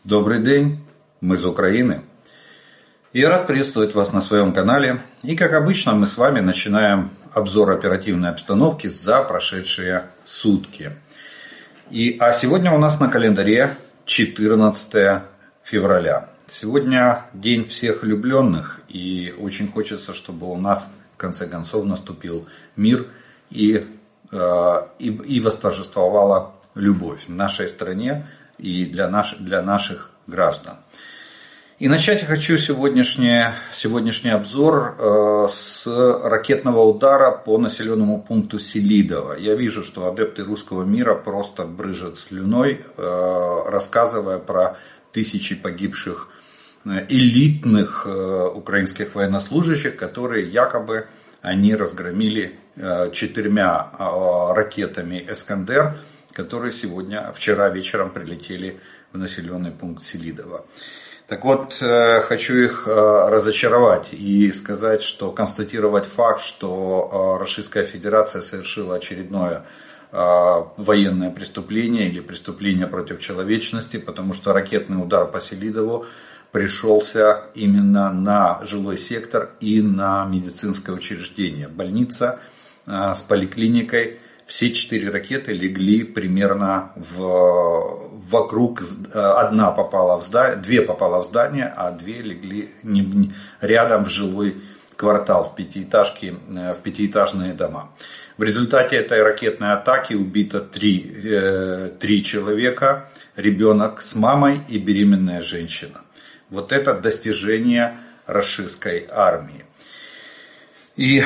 Добрый день, мы из Украины. Я рад приветствовать вас на своем канале. И как обычно мы с вами начинаем обзор оперативной обстановки за прошедшие сутки. А сегодня у нас на календаре 14 февраля. Сегодня день всех влюбленных. И очень хочется, чтобы у нас в конце концов наступил мир и восторжествовала любовь в нашей стране и для наших граждан. И начать я хочу сегодняшний обзор с ракетного удара по населенному пункту Селидово. Я вижу, что адепты русского мира просто брызжут слюной, рассказывая про тысячи погибших элитных украинских военнослужащих, которые якобы они разгромили 4 ракетами «Искандер», которые вчера вечером прилетели в населенный пункт Селидово. Так вот, хочу их разочаровать и констатировать факт, что Российская Федерация совершила очередное военное преступление или преступление против человечности, потому что ракетный удар по Селидову пришелся именно на жилой сектор и на медицинское учреждение. Больница с поликлиникой. Все 4 ракеты легли примерно вокруг, 2 попала в здание, а 2 легли рядом в жилой квартал, в пятиэтажные дома. В результате этой ракетной атаки убито 3 человека, ребенок с мамой и беременная женщина. Вот это достижение российской армии. И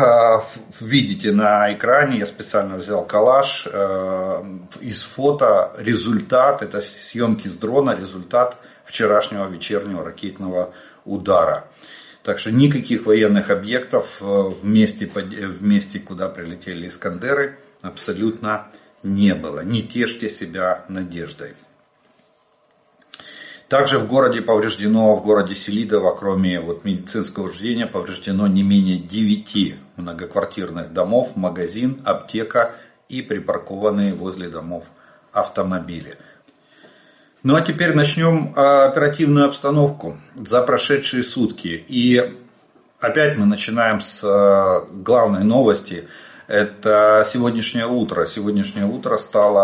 видите на экране, я специально взял коллаж из фото, результат, это съемки с дрона, результат вчерашнего вечернего ракетного удара. Так что никаких военных объектов в месте, куда прилетели «Искандеры», абсолютно не было. Не тешьте себя надеждой. Также в городе Селидово, кроме медицинского учреждения, повреждено не менее 9 многоквартирных домов, магазин, аптека и припаркованные возле домов автомобили. Ну а теперь начнем оперативную обстановку за прошедшие сутки. И опять мы начинаем с главной новости. Это сегодняшнее утро. Сегодняшнее утро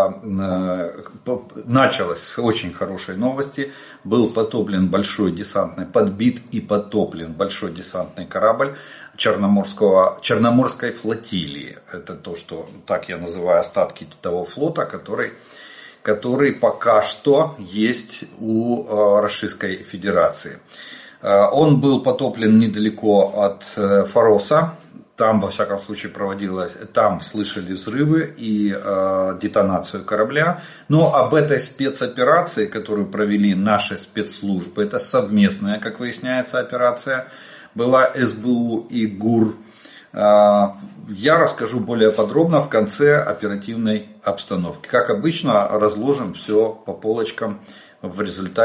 началось с очень хорошей новости. Был подбит и потоплен большой десантный корабль Черноморской флотилии. Это то, что так я называю остатки того флота, который пока что есть у Российской Федерации. Он был потоплен недалеко от Фароса. Там, во всяком случае, там слышали взрывы и детонацию корабля. Но об этой спецоперации, которую провели наши спецслужбы, это совместная, как выясняется, операция, была СБУ и ГУР. Я расскажу более подробно в конце оперативной обстановки. Как обычно, разложим все по полочкам по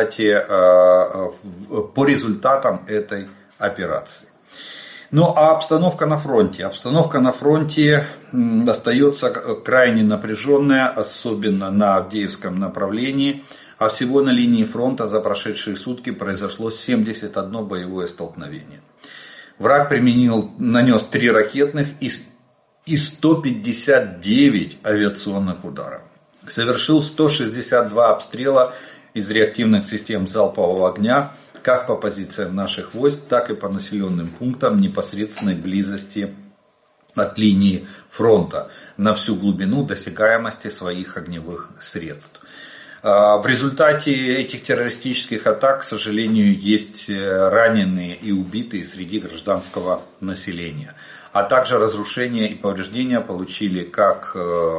результатам этой операции. Ну а обстановка на фронте? Обстановка на фронте остается крайне напряженная, особенно на Авдеевском направлении. А всего на линии фронта за прошедшие сутки произошло 71 боевое столкновение. Враг нанес 3 ракетных и 159 авиационных ударов. Совершил 162 обстрела из реактивных систем залпового огня, как по позициям наших войск, так и по населенным пунктам непосредственной близости от линии фронта на всю глубину досягаемости своих огневых средств. В результате этих террористических атак, к сожалению, есть раненые и убитые среди гражданского населения. А также разрушения и повреждения получили как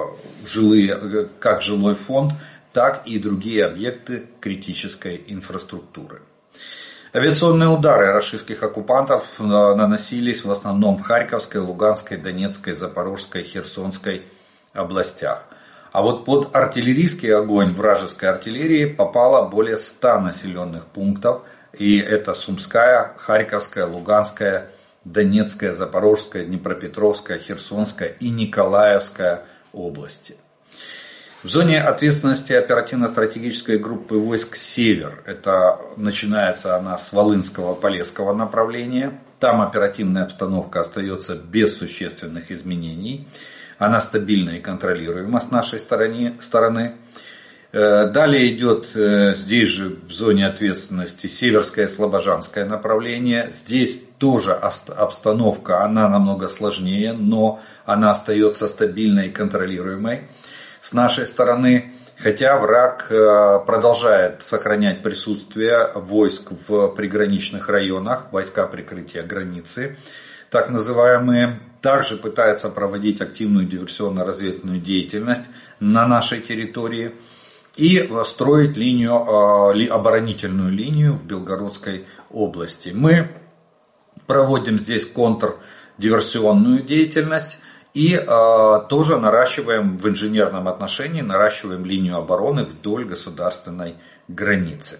жилой фонд, так и другие объекты критической инфраструктуры. Авиационные удары российских оккупантов наносились в основном в Харьковской, Луганской, Донецкой, Запорожской, Херсонской областях. А вот под артиллерийский огонь вражеской артиллерии попало более 100 населенных пунктов. И это Сумская, Харьковская, Луганская, Донецкая, Запорожская, Днепропетровская, Херсонская и Николаевская области. В зоне ответственности оперативно-стратегической группы войск «Север», это начинается она с Волынского, Полесского направления, там оперативная обстановка остается без существенных изменений, она стабильна и контролируема с нашей стороны. Далее идет здесь же в зоне ответственности Северское и Слобожанское направление. Здесь тоже обстановка, она намного сложнее, но она остается стабильной и контролируемой с нашей стороны. Хотя враг продолжает сохранять присутствие войск в приграничных районах, войска прикрытия границы, так называемые. Также пытается проводить активную диверсионно-разведывательную деятельность на нашей территории и строить оборонительную линию в Белгородской области. Мы проводим здесь контрдиверсионную деятельность и тоже наращиваем в инженерном отношении, наращиваем линию обороны вдоль государственной границы.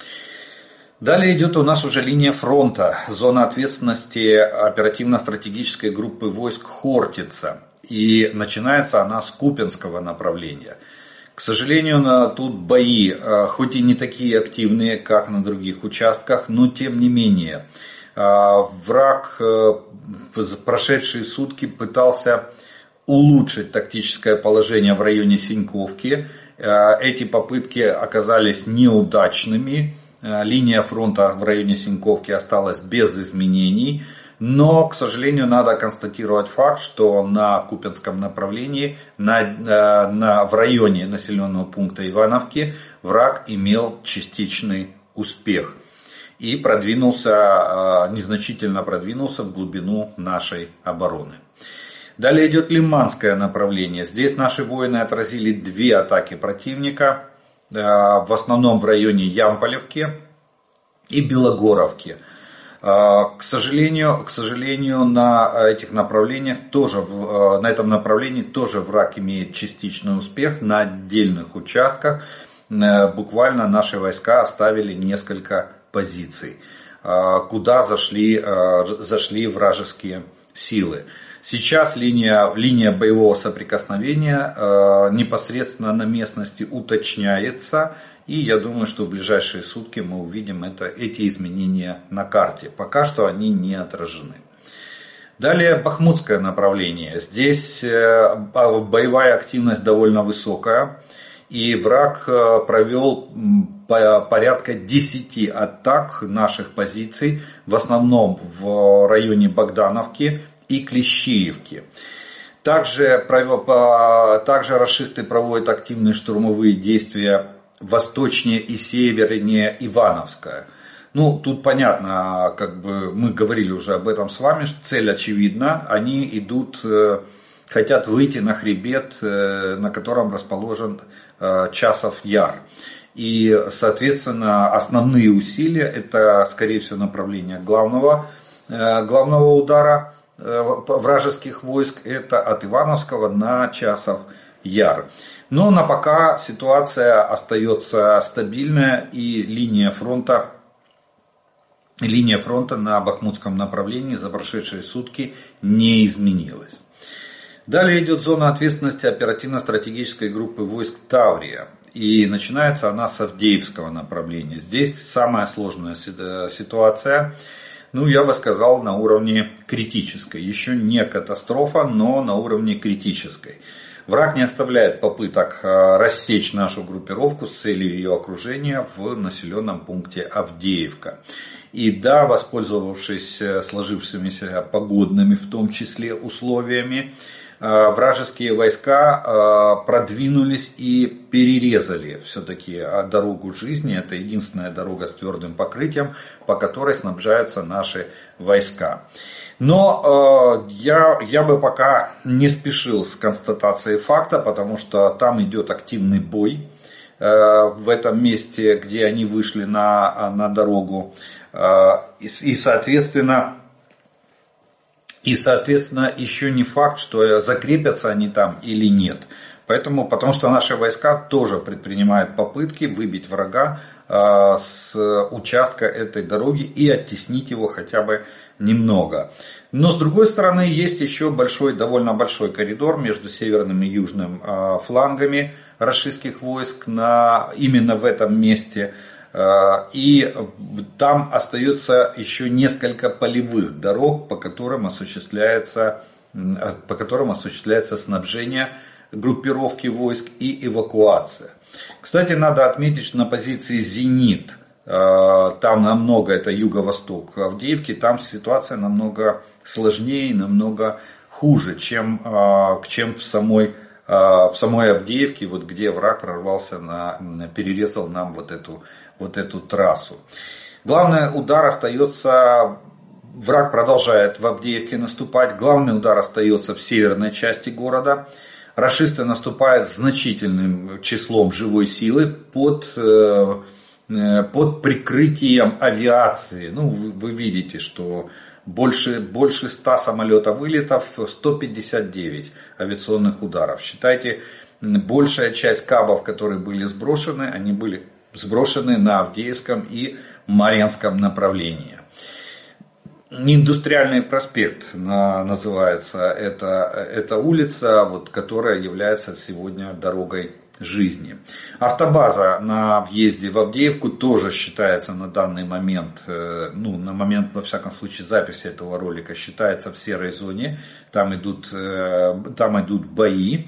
Далее идет у нас уже линия фронта, зона ответственности оперативно-стратегической группы войск Хортица. И начинается она с Купянского направления. К сожалению, тут бои, хоть и не такие активные, как на других участках, но тем не менее, враг в прошедшие сутки пытался улучшить тактическое положение в районе Синьковки. Эти попытки оказались неудачными. Линия фронта в районе Синьковки осталась без изменений. Но, к сожалению, надо констатировать факт, что на Купянском направлении, в районе населенного пункта Ивановки, враг имел частичный успех и незначительно продвинулся в глубину нашей обороны. Далее идет Лиманское направление. Здесь наши воины отразили 2 атаки противника, в основном в районе Ямполевки и Белогоровки. К сожалению, на этом направлении тоже враг имеет частичный успех на отдельных участках. Буквально наши войска оставили несколько позиций, куда зашли вражеские силы. Сейчас линия боевого соприкосновения непосредственно на местности уточняется. И я думаю, что в ближайшие сутки мы увидим эти изменения на карте. Пока что они не отражены. Далее Бахмутское направление. Здесь боевая активность довольно высокая. И враг провел порядка 10 атак наших позиций. В основном в районе Богдановки и Клещиевки. Также рашисты проводят активные штурмовые действия восточнее и севернее Ивановская. Тут понятно, мы говорили уже об этом с вами, что цель очевидна. Они хотят выйти на хребет, на котором расположен Часов Яр. И, соответственно, основные усилия, это, скорее всего, направление главного удара вражеских войск, это от Ивановского на Часов Яр. Но на пока ситуация остается стабильная, и линия фронта на Бахмутском направлении за прошедшие сутки не изменилась. Далее идет зона ответственности оперативно-стратегической группы войск Таврия. И начинается она с Авдеевского направления. Здесь самая сложная ситуация, я бы сказал, на уровне критической. Еще не катастрофа, но на уровне критической. Враг не оставляет попыток рассечь нашу группировку с целью ее окружения в населенном пункте Авдеевка. И да, воспользовавшись сложившимися погодными, в том числе, условиями, вражеские войска продвинулись и перерезали все-таки дорогу жизни. Это единственная дорога с твердым покрытием, по которой снабжаются наши войска. Но я бы пока не спешил с констатацией факта, потому что там идет активный бой в этом месте, где они вышли на дорогу. И соответственно, еще не факт, что закрепятся они там или нет. Потому что наши войска тоже предпринимают попытки выбить врага с участка этой дороги и оттеснить его хотя бы немного. Но с другой стороны есть еще довольно большой коридор между северным и южным флангами рашистских войск именно в этом месте. И там остается еще несколько полевых дорог, по которым осуществляется снабжение группировки войск и эвакуация. Кстати, надо отметить, что на позиции «Зенит», там намного, это юго-восток Авдеевки, там ситуация намного сложнее, намного хуже, чем в самой Авдеевке, вот где враг прорвался, перерезал нам вот эту трассу. Главный удар остается, враг продолжает в Авдеевке наступать, главный удар остается в северной части города. Рашисты наступают с значительным числом живой силы под прикрытием авиации. Ну, вы видите, что больше 100 самолетов вылетов, 159 авиационных ударов. Считайте, большая часть кабов, которые были сброшены, они были сброшены на Авдеевском и Марьинском направлении. Индустриальный проспект называется эта улица, которая является сегодня дорогой жизни. Автобаза на въезде в Авдеевку тоже считается на данный момент, на момент, во всяком случае, записи этого ролика, считается в серой зоне. Там идут бои.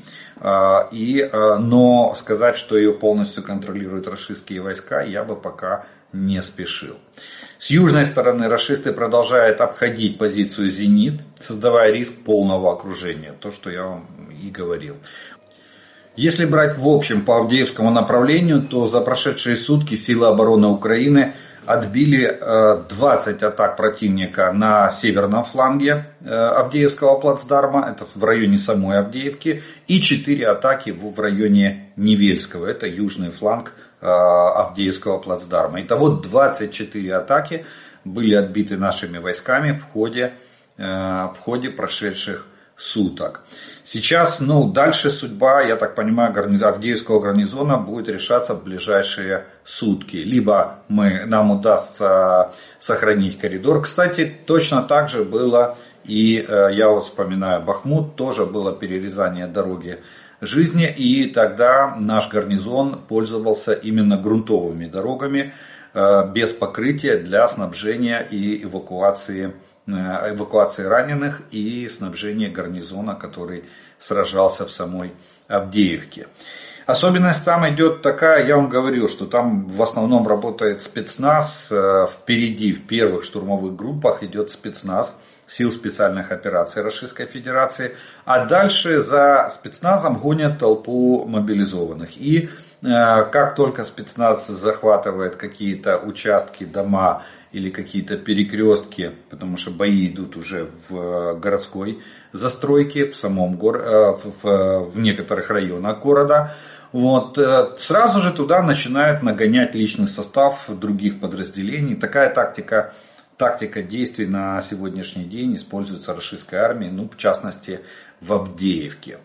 Но сказать, что ее полностью контролируют рашистские войска, я бы пока не спешил. С южной стороны рашисты продолжают обходить позицию «Зенит», создавая риск полного окружения. То, что я вам и говорил. Если брать в общем по Авдеевскому направлению, то за прошедшие сутки силы обороны Украины отбили 20 атак противника на северном фланге Авдеевского плацдарма, это в районе самой Авдеевки, и 4 атаки в районе Невельского, это южный фланг Авдеевского плацдарма. Итого 24 атаки были отбиты нашими войсками в ходе прошедших суток. Сейчас, дальше судьба, я так понимаю, Авдеевского гарнизона будет решаться в ближайшие сутки. Либо нам удастся сохранить коридор. Кстати, точно так же было и, я вспоминаю, Бахмут, тоже было перерезание дороги жизни. И тогда наш гарнизон пользовался именно грунтовыми дорогами, без покрытия для снабжения и эвакуации раненых и снабжения гарнизона, который сражался в самой Авдеевке. Особенность там идет такая, я вам говорил, что там в основном работает спецназ, впереди в первых штурмовых группах идет спецназ сил специальных операций Российской Федерации, а дальше за спецназом гонят толпу мобилизованных. И как только спецназ захватывает какие-то участки, дома или какие-то перекрестки, потому что бои идут уже в городской застройке, в некоторых районах города, сразу же туда начинают нагонять личный состав других подразделений. Такая тактика действий на сегодняшний день используется российской армией, в частности в Авдеевке.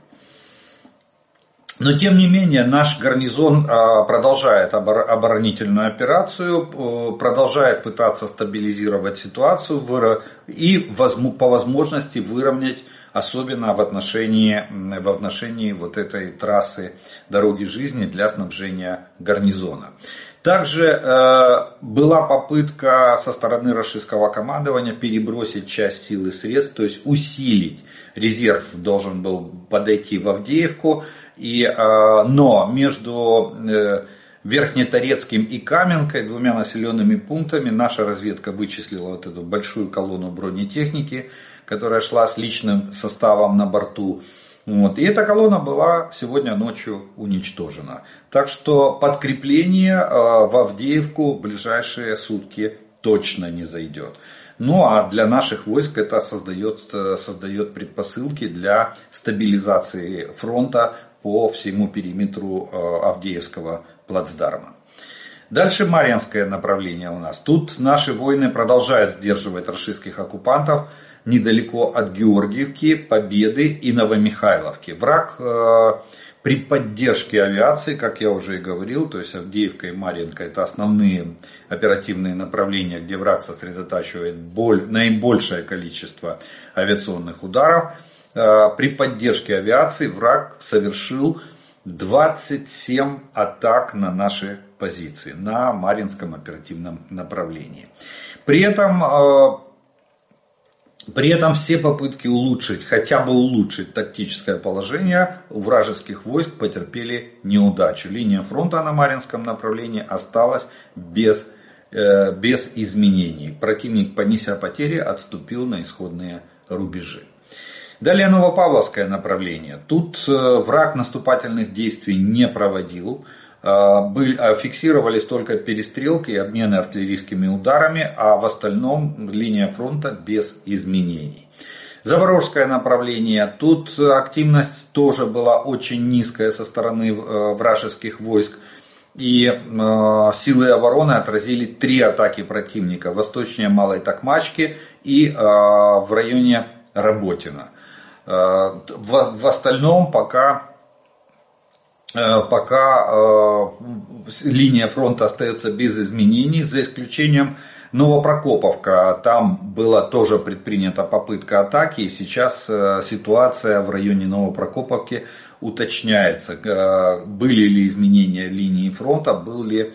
Но тем не менее наш гарнизон продолжает оборонительную операцию, продолжает пытаться стабилизировать ситуацию и по возможности выровнять, особенно в отношении этой трассы дороги жизни для снабжения гарнизона. Также была попытка со стороны российского командования перебросить часть сил и средств, то есть усилить. Резерв должен был подойти в Авдеевку, но между Верхнеторецким и Каменкой, двумя населенными пунктами, наша разведка вычислила эту большую колонну бронетехники, которая шла с личным составом на борту. И эта колонна была сегодня ночью уничтожена. Так что подкрепление в Авдеевку в ближайшие сутки точно не зайдет. А для наших войск это создает предпосылки для стабилизации фронта по всему периметру Авдеевского плацдарма. Дальше Марьинское направление у нас. Тут наши воины продолжают сдерживать российских оккупантов недалеко от Георгиевки, Победы и Новомихайловки. Враг при поддержке авиации, как я уже и говорил, то есть Авдеевка и Марьинка — это основные оперативные направления, где враг сосредотачивает наибольшее количество авиационных ударов. При поддержке авиации враг совершил 27 атак на наши позиции, на Марьинском оперативном направлении. При этом все попытки улучшить, хотя бы улучшить тактическое положение у вражеских войск потерпели неудачу. Линия фронта на Марьинском направлении осталась без изменений. Противник, понеся потери, отступил на исходные рубежи. Далее Новопавловское направление. Тут враг наступательных действий не проводил. Фиксировались только перестрелки и обмены артиллерийскими ударами, а в остальном линия фронта без изменений. Запорожское направление. Тут активность тоже была очень низкая со стороны вражеских войск. И силы обороны отразили 3 атаки противника. Восточнее Малой Токмачки и в районе Работино. В остальном пока линия фронта остается без изменений, за исключением Новопрокоповка. Там была тоже предпринята попытка атаки, и сейчас ситуация в районе Новопрокоповки уточняется. Были ли изменения линии фронта, был ли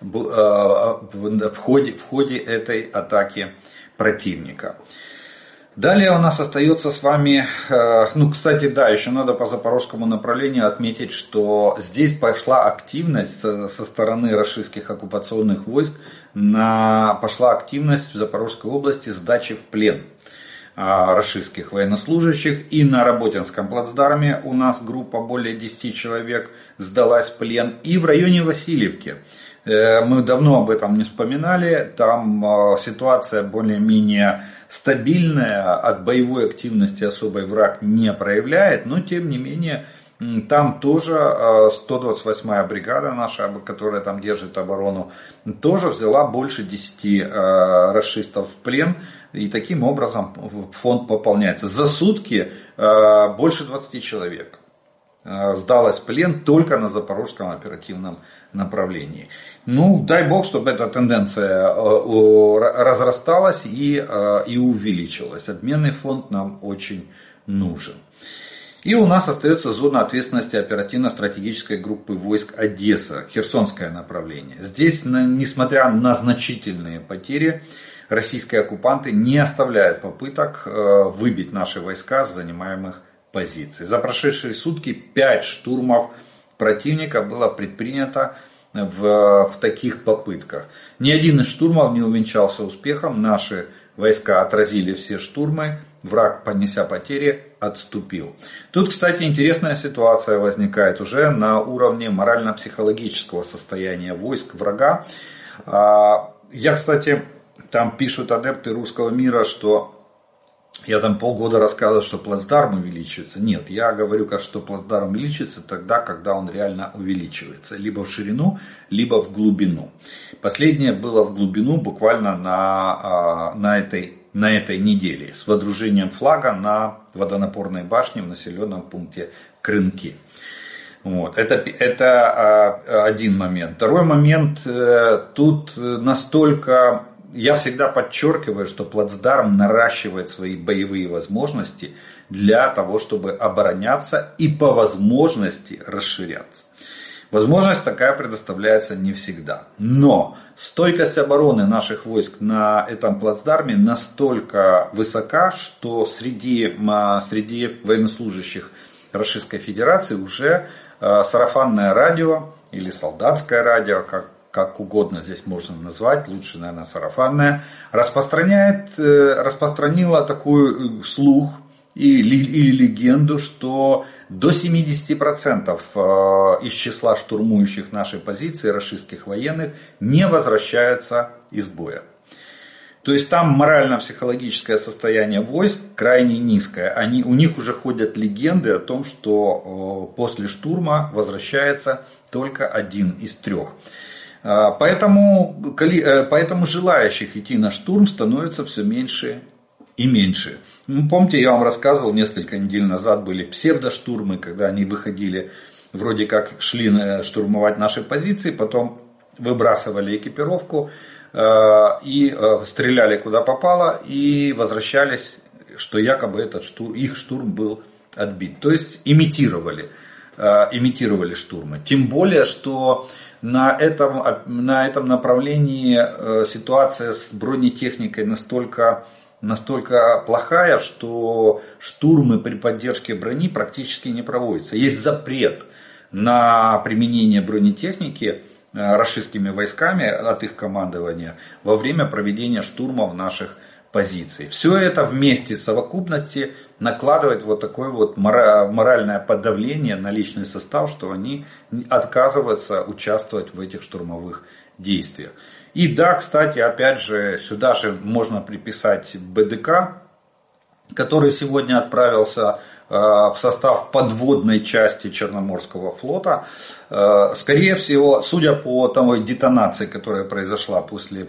в ходе этой атаки противника. Далее у нас остается с вами, кстати, еще надо по запорожскому направлению отметить, что здесь пошла активность со стороны рашистских оккупационных войск, пошла активность в Запорожской области сдачи в плен рашистских военнослужащих. И на Работинском плацдарме у нас группа более 10 человек сдалась в плен. И в районе Васильевки. Мы давно об этом не вспоминали. Там ситуация более-менее стабильная. От боевой активности особой враг не проявляет. Но тем не менее там тоже 128-я бригада наша, которая там держит оборону, тоже взяла больше 10 рашистов в плен. И таким образом фонд пополняется. За сутки больше 20 человек сдалось в плен только на Запорожском оперативном направлении. Дай бог, чтобы эта тенденция разрасталась и увеличилась. Обменный фонд нам очень нужен. И у нас остается зона ответственности оперативно-стратегической группы войск Одесса, Херсонское направление. Здесь, несмотря на значительные потери, российские оккупанты не оставляют попыток выбить наши войска с занимаемых позиций. За прошедшие сутки 5 штурмов противника было предпринято в таких попытках. Ни один из штурмов не увенчался успехом. Наши войска отразили все штурмы. Враг, понеся потери, отступил. Тут, кстати, интересная ситуация возникает уже на уровне морально-психологического состояния войск врага. Там пишут адепты русского мира, что я там полгода рассказывал, что плацдарм увеличивается. Нет, я говорю, что плацдарм увеличивается тогда, когда он реально увеличивается. Либо в ширину, либо в глубину. Последнее было в глубину буквально на этой неделе. С водружением флага на водонапорной башне в населенном пункте Крынки. Это один момент. Второй момент. Тут настолько... Я всегда подчеркиваю, что плацдарм наращивает свои боевые возможности для того, чтобы обороняться и по возможности расширяться. Возможность такая предоставляется не всегда. Но стойкость обороны наших войск на этом плацдарме настолько высока, что среди военнослужащих Российской Федерации уже сарафанное радио или солдатское радио, как угодно здесь можно назвать, лучше, наверное, сарафанное, распространила такой слух или легенду, что до 70% из числа штурмующих наши позиции российских военных не возвращаются из боя. То есть там морально-психологическое состояние войск крайне низкое. У них уже ходят легенды о том, что после штурма возвращается только 1 из 3. Поэтому желающих идти на штурм становится все меньше и меньше. Помните, я вам рассказывал, несколько недель назад были псевдоштурмы, когда они выходили, вроде как шли штурмовать наши позиции, потом выбрасывали экипировку и стреляли куда попало и возвращались, что якобы их штурм был отбит. То есть имитировали имитировали штурмы. Тем более, что на этом направлении ситуация с бронетехникой настолько плохая, что штурмы при поддержке брони практически не проводятся. Есть запрет на применение бронетехники рашистскими войсками от их командования во время проведения штурмов наших позиций. Все это вместе в совокупности накладывает вот такое вот моральное подавление на личный состав, что они отказываются участвовать в этих штурмовых действиях. И да, кстати, опять же, сюда же можно приписать БДК, который сегодня отправился в состав подводной части Черноморского флота. Скорее всего, судя по той детонации, которая произошла после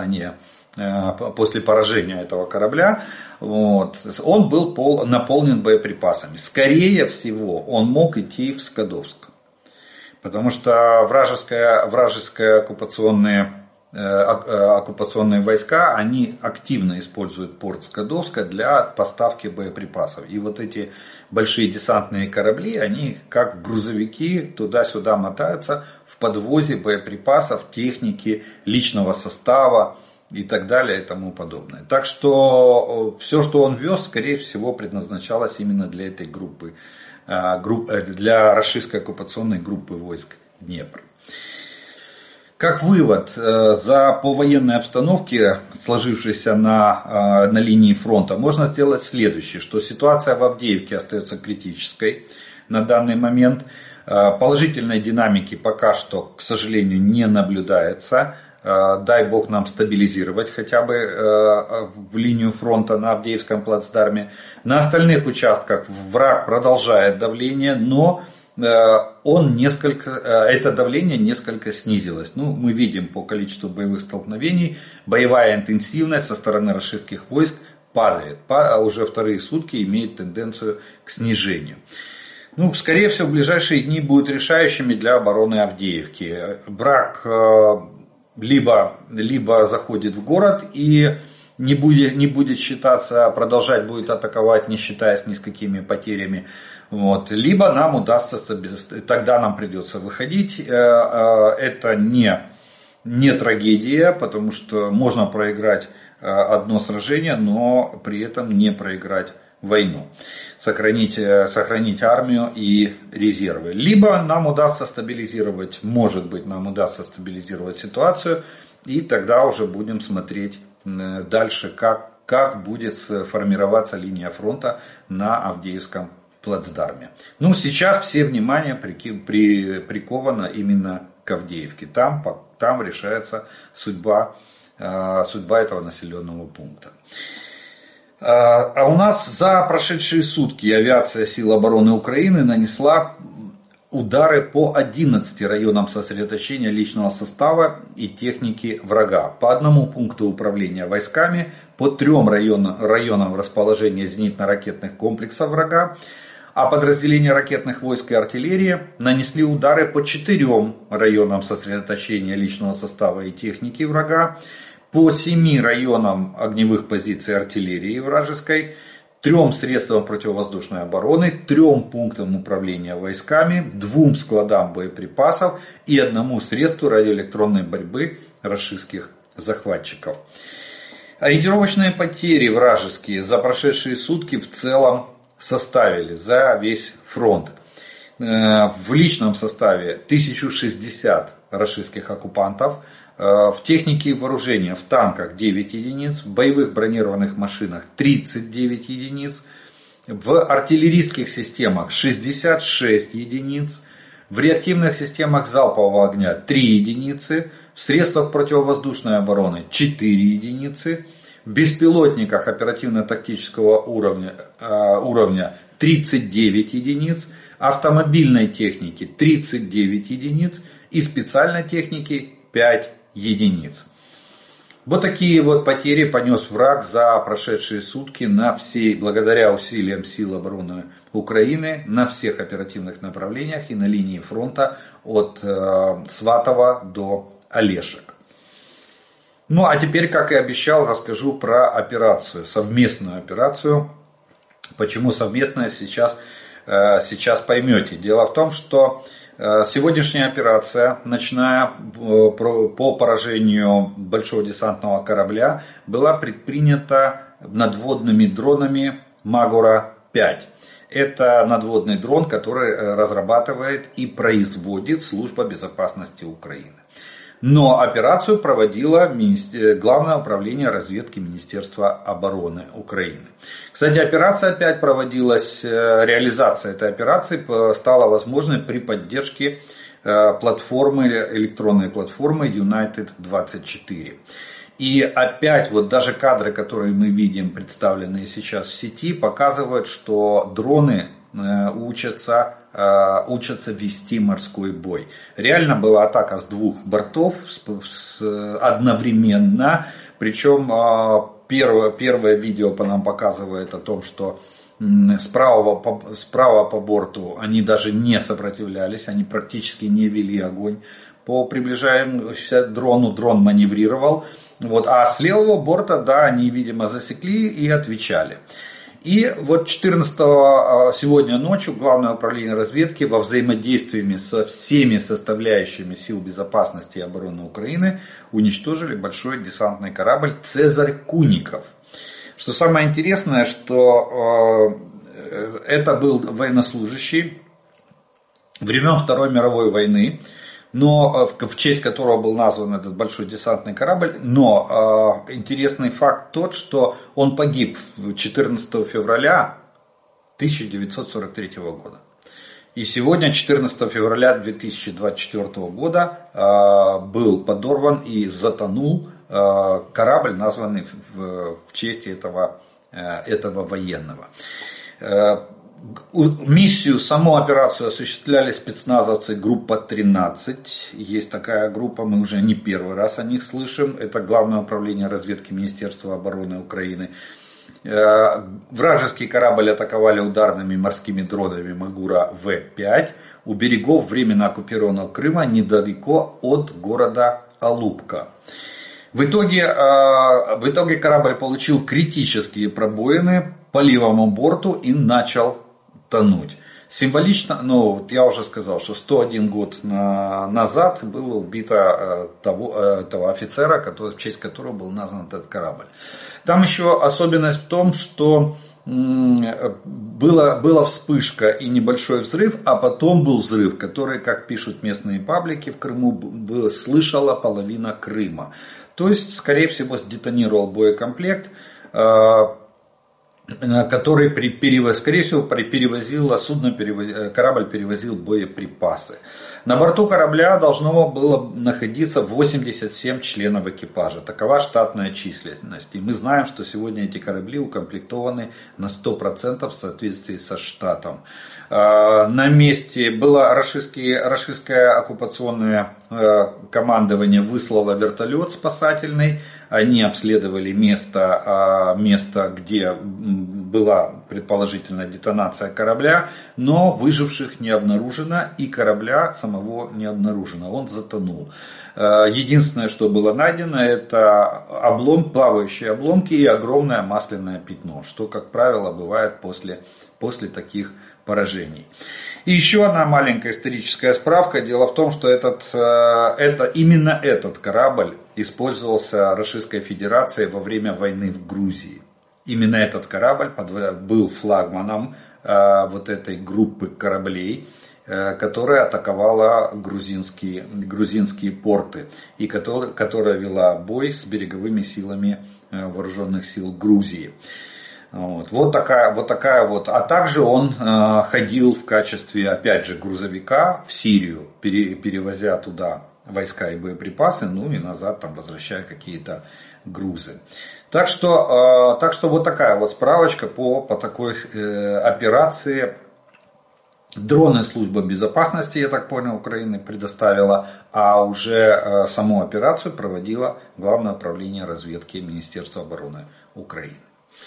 поражения этого корабля, он был наполнен боеприпасами. Скорее всего, он мог идти в Скадовск. Потому что вражеские оккупационные войска, они активно используют порт Скадовска для поставки боеприпасов. И вот эти большие десантные корабли, они как грузовики туда-сюда мотаются в подвозе боеприпасов, техники, личного состава и так далее и тому подобное. Так что все, что он вез, скорее всего, предназначалось именно для этой группы, для рашистской оккупационной группы войск Днепр. Как вывод, по военной обстановке, сложившейся на линии фронта, можно сделать следующее, что ситуация в Авдеевке остается критической на данный момент. Положительной динамики пока что, к сожалению, не наблюдается. Дай бог нам стабилизировать хотя бы в линию фронта на Авдеевском плацдарме. На остальных участках враг продолжает давление, но это давление несколько снизилось. Мы видим по количеству боевых столкновений, боевая интенсивность со стороны рашистских войск падает. Уже вторые сутки имеет тенденцию к снижению. Скорее всего, в ближайшие дни будут решающими для обороны Авдеевки. Враг либо заходит в город и не будет считаться, продолжать будет атаковать, не считаясь ни с какими потерями. Либо нам удастся, тогда нам придется выходить. Это не трагедия, потому что можно проиграть одно сражение, но при этом не проиграть войну. Сохранить армию и резервы. Либо нам удастся стабилизировать, может быть, нам удастся стабилизировать ситуацию, и тогда уже будем смотреть дальше, как будет формироваться линия фронта на Авдеевском плацдарме. Сейчас все внимание приковано именно к Авдеевке. Там решается судьба этого населенного пункта. А у нас за прошедшие сутки авиация сил обороны Украины нанесла удары по 11 районам сосредоточения личного состава и техники врага, по одному пункту управления войсками, по 3 районам расположения зенитно-ракетных комплексов врага, а подразделения ракетных войск и артиллерии нанесли удары по 4 районам сосредоточения личного состава и техники врага, по 7 районам огневых позиций артиллерии вражеской, 3 средствам противовоздушной обороны, 3 пунктам управления войсками, 2 складам боеприпасов и 1 средству радиоэлектронной борьбы рашистских захватчиков. Ориентировочные потери вражеские за прошедшие сутки в целом составили за весь фронт. В личном составе 1060 рашистских оккупантов, в технике и вооружении, в танках 9 единиц, в боевых бронированных машинах 39 единиц, в артиллерийских системах 66 единиц, в реактивных системах залпового огня 3 единицы, в средствах противовоздушной обороны 4 единицы, в беспилотниках оперативно-тактического уровня 39 единиц, автомобильной техники 39 единиц и специальной техники 5 единиц. Вот такие вот потери понес враг за прошедшие сутки благодаря усилиям сил обороны Украины на всех оперативных направлениях и на линии фронта от Сватова до Олешек. А теперь, как и обещал, расскажу про совместную операцию. Почему совместная, сейчас сейчас поймете. Дело в том, что сегодняшняя операция, начиная по поражению большого десантного корабля, была предпринята надводными дронами Магура-5. Это надводный дрон, который разрабатывает и производит Служба безопасности Украины. Но операцию проводило Главное управление разведки Министерства обороны Украины. Кстати, операция опять проводилась, реализация этой операции стала возможной при поддержке платформы, электронной платформы United-24. И опять вот даже кадры, которые мы видим, представленные сейчас в сети, показывают, что дроны учатся вести морской бой. Реально была атака с двух бортов одновременно. Причем первое видео нам показывает о том, что справа по борту они даже не сопротивлялись, они практически не вели огонь по приближаемому дрону. Дрон маневрировал. Вот, а с левого борта, да, они, видимо, засекли и отвечали. И вот 14-го сегодня ночью Главное управление разведки во взаимодействии со всеми составляющими сил безопасности и обороны Украины уничтожили большой десантный корабль «Цезарь Куников». Что самое интересное, что это был военнослужащий времен Второй мировой войны, но в честь которого был назван этот большой десантный корабль. Но интересный факт тот, что он погиб 14 февраля 1943 года. И сегодня, 14 февраля 2024 года, был подорван и затонул корабль, названный в честь этого военного. Миссию, саму операцию осуществляли спецназовцы группа 13. Есть такая группа, мы уже не первый раз о них слышим. Это Главное управление разведки Министерства обороны Украины. Вражеский корабль атаковали ударными морскими дронами Магура В-5 у берегов временно оккупированного Крыма, недалеко от города Алупка. В итоге корабль получил критические пробоины по левому борту и начал тонуть. Символично, я уже сказал, что 101 год назад было убито того офицера, в честь которого был назван этот корабль. Там еще особенность в том, что была вспышка и небольшой взрыв, а потом был взрыв, который, как пишут местные паблики в Крыму, слышала половина Крыма. То есть, скорее всего, сдетонировал боекомплект, который, скорее всего, корабль перевозил боеприпасы. На борту корабля должно было находиться 87 членов экипажа. Такова штатная численность. И мы знаем, что сегодня эти корабли укомплектованы на 100% в соответствии со штатом. На месте было рашистское оккупационное командование выслало вертолет спасательный. Они обследовали место, где была предположительно детонация корабля, но выживших не обнаружено и корабля самого не обнаружено, он затонул. Единственное, что было найдено, это плавающие обломки и огромное масляное пятно, что, как правило, бывает после таких поражений. И еще одна маленькая историческая справка. Дело в том, что именно этот корабль использовался Российской Федерацией во время войны в Грузии. Именно этот корабль был флагманом вот этой группы кораблей, которая атаковала грузинские порты и которая вела бой с береговыми силами вооруженных сил Грузии. Вот такая. А также он ходил в качестве, опять же, грузовика в Сирию, перевозя туда войска и боеприпасы, и назад там возвращая какие-то грузы. Так что вот такая вот справочка по такой операции. Дроны служба безопасности, я так понял, Украины предоставила, а уже саму операцию проводило Главное управление разведки Министерства обороны Украины.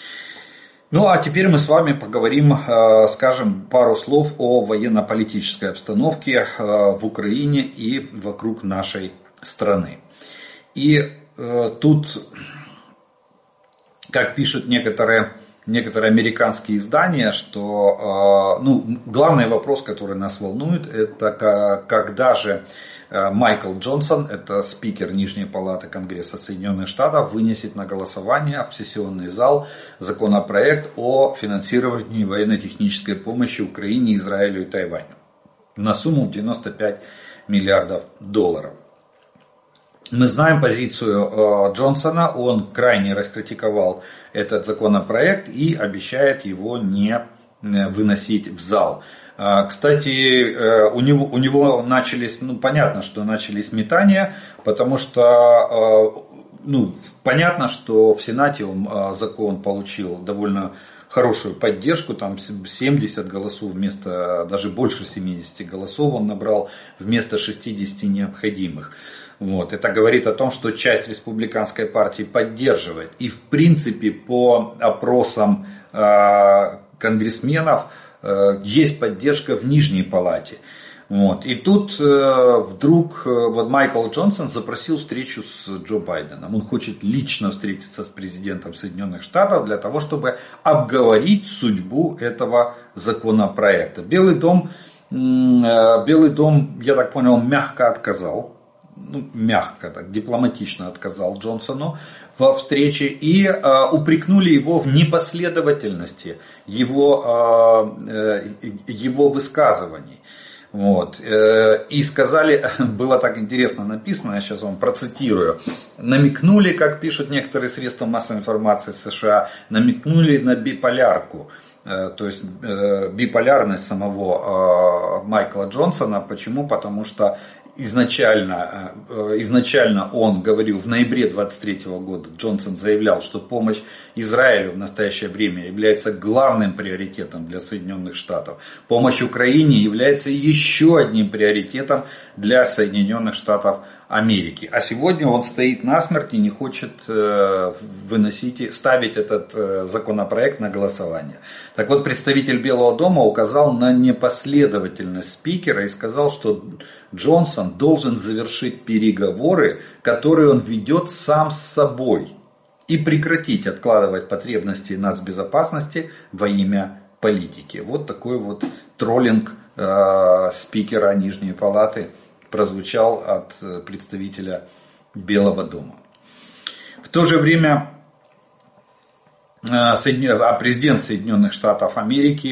А теперь мы с вами поговорим, скажем, пару слов о военно-политической обстановке в Украине и вокруг нашей страны. И тут, как пишут некоторые некоторые американские издания, что главный вопрос, который нас волнует, это когда же Майкл Джонсон, это спикер Нижней палаты Конгресса Соединенных Штатов, вынесет на голосование в сессионный зал законопроект о финансировании военно-технической помощи Украине, Израилю и Тайваню на сумму в $95 миллиардов. Мы знаем позицию Джонсона, он крайне раскритиковал этот законопроект и обещает его не выносить в зал. Кстати, у него начались, понятно, что начались метания, потому что, понятно, что в Сенате закон получил довольно хорошую поддержку, там 70 голосов вместо, даже больше 70 голосов он набрал вместо 60 необходимых. Это говорит о том, что часть республиканской партии поддерживает. И в принципе по опросам конгрессменов есть поддержка в Нижней палате. И тут вдруг Майкл Джонсон запросил встречу с Джо Байденом. Он хочет лично встретиться с президентом Соединенных Штатов для того, чтобы обговорить судьбу этого законопроекта. Белый дом, я так понял, мягко отказал. Мягко, так, дипломатично отказал Джонсону во встрече и упрекнули его в непоследовательности его высказываний. И сказали, было так интересно написано, я сейчас вам процитирую, намекнули, как пишут некоторые средства массовой информации США, намекнули на биполярку. То есть биполярность самого Майкла Джонсона. Почему? Потому что изначально он говорил, в ноябре 23 года Джонсон заявлял, что помощь Израилю в настоящее время является главным приоритетом для Соединенных Штатов. Помощь Украине является еще одним приоритетом для Соединенных Штатов Америки. А сегодня он стоит насмерть и не хочет ставить этот законопроект на голосование. Так вот, представитель Белого дома указал на непоследовательность спикера и сказал, что Джонсон должен завершить переговоры, которые он ведет сам с собой, и прекратить откладывать потребности нацбезопасности во имя политики. Вот такой вот троллинг спикера Нижней палаты прозвучал от представителя Белого дома. В то же время президент Соединенных Штатов Америки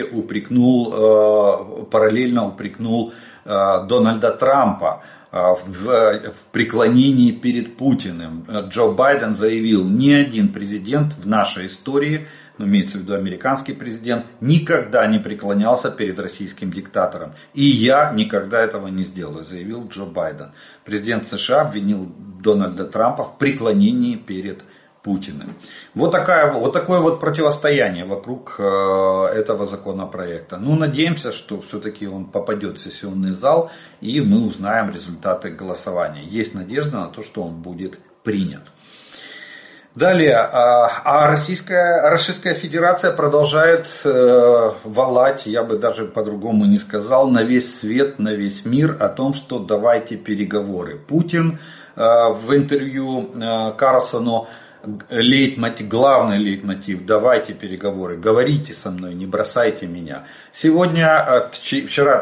параллельно упрекнул Дональда Трампа в преклонении перед Путиным. Джо Байден заявил, ни один президент в нашей истории, имеется в виду американский президент, никогда не преклонялся перед российским диктатором. И я никогда этого не сделаю, заявил Джо Байден. Президент США обвинил Дональда Трампа в преклонении перед Путиным. Вот такое вот противостояние вокруг этого законопроекта. Надеемся, что все-таки он попадет в сессионный зал и мы узнаем результаты голосования. Есть надежда на то, что он будет принят. Далее, Российская Федерация продолжает валать, я бы даже по-другому не сказал, на весь свет, на весь мир о том, что давайте переговоры. Путин в интервью Карлсону главный лейтмотив, давайте переговоры, говорите со мной, не бросайте меня. Вчера,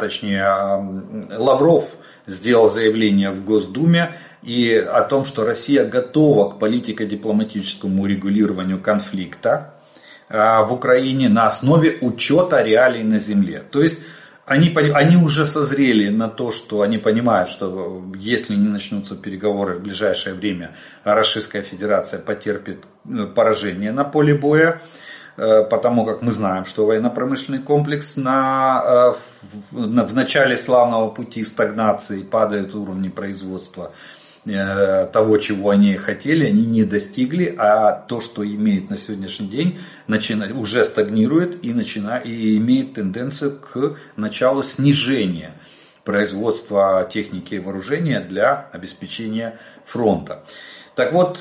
Лавров сделал заявление в Госдуме и о том, что Россия готова к политико-дипломатическому урегулированию конфликта в Украине на основе учета реалий на земле. То есть они уже созрели на то, что они понимают, что если не начнутся переговоры в ближайшее время, Российская Федерация потерпит поражение на поле боя, потому как мы знаем, что военно-промышленный комплекс в начале славного пути стагнации падает уровни производства того, чего они хотели, они не достигли, а то, что имеет на сегодняшний день, уже стагнирует и имеет тенденцию к началу снижения производства техники и вооружения для обеспечения фронта. Так вот,